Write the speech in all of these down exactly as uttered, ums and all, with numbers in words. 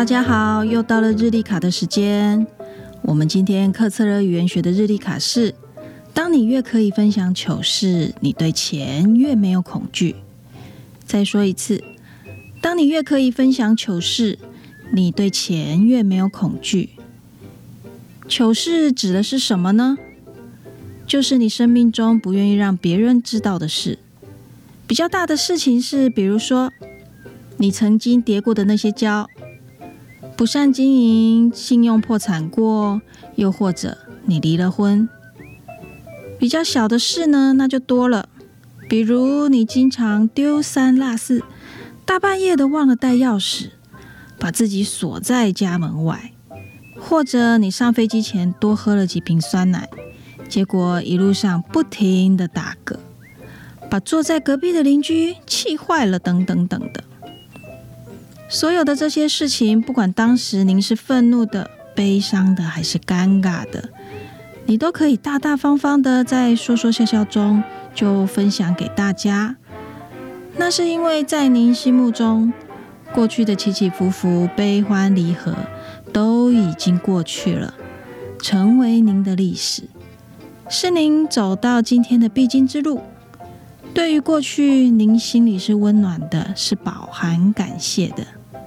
家好，又到了日历卡的时间。我们今天克测勒语言学的日历卡是：当你越可以分享糗事，你对钱越没有恐惧。再说一次，当你越可以分享糗事，你对钱越没有恐惧。糗事指的是什么呢？就是你生命中不愿意让别人知道的事。比较大的事情是，比如说你曾经跌过的那些跤，不善经营，信用破产过，又或者你离了婚。比较小的事呢，那就多了，比如你经常丢三落四，大半夜的忘了带钥匙，把自己锁在家门外，或者你上飞机前多喝了几瓶酸奶，结果一路上不停的打嗝，把坐在隔壁的邻居气坏了，等等等的。所有的这些事情，不管当时您是愤怒的、悲伤的还是尴尬的，你都可以大大方方的在说说笑笑中就分享给大家。那是因为在您心目中，过去的起起伏伏、悲欢离合都已经过去了，成为您的历史，是您走到今天的必经之路。对于过去，您心里是温暖的，是饱含感谢的。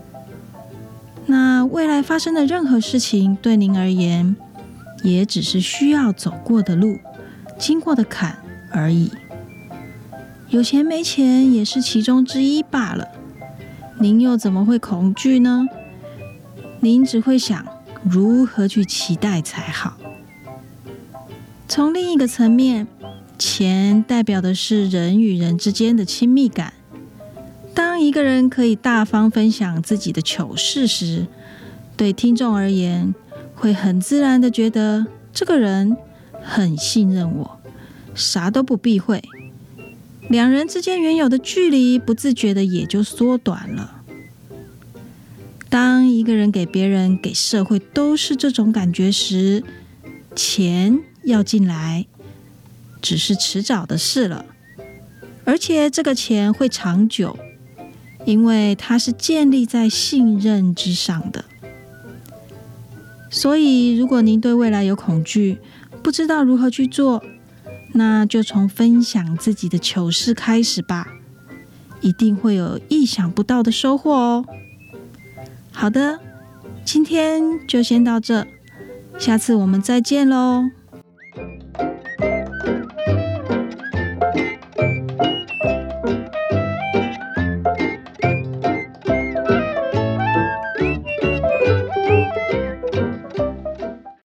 那未来发生的任何事情，对您而言，也只是需要走过的路，经过的坎而已。有钱没钱也是其中之一罢了。您又怎么会恐惧呢？您只会想如何去期待才好。从另一个层面，钱代表的是人与人之间的亲密感。当一个人可以大方分享自己的糗事时，对听众而言，会很自然的觉得这个人很信任我，啥都不避讳。两人之间原有的距离不自觉的也就缩短了。当一个人给别人、给社会都是这种感觉时，钱要进来只是迟早的事了，而且这个钱会长久，因为它是建立在信任之上的。所以如果您对未来有恐惧，不知道如何去做，那就从分享自己的糗事开始吧，一定会有意想不到的收获哦。好的，今天就先到这，下次我们再见喽。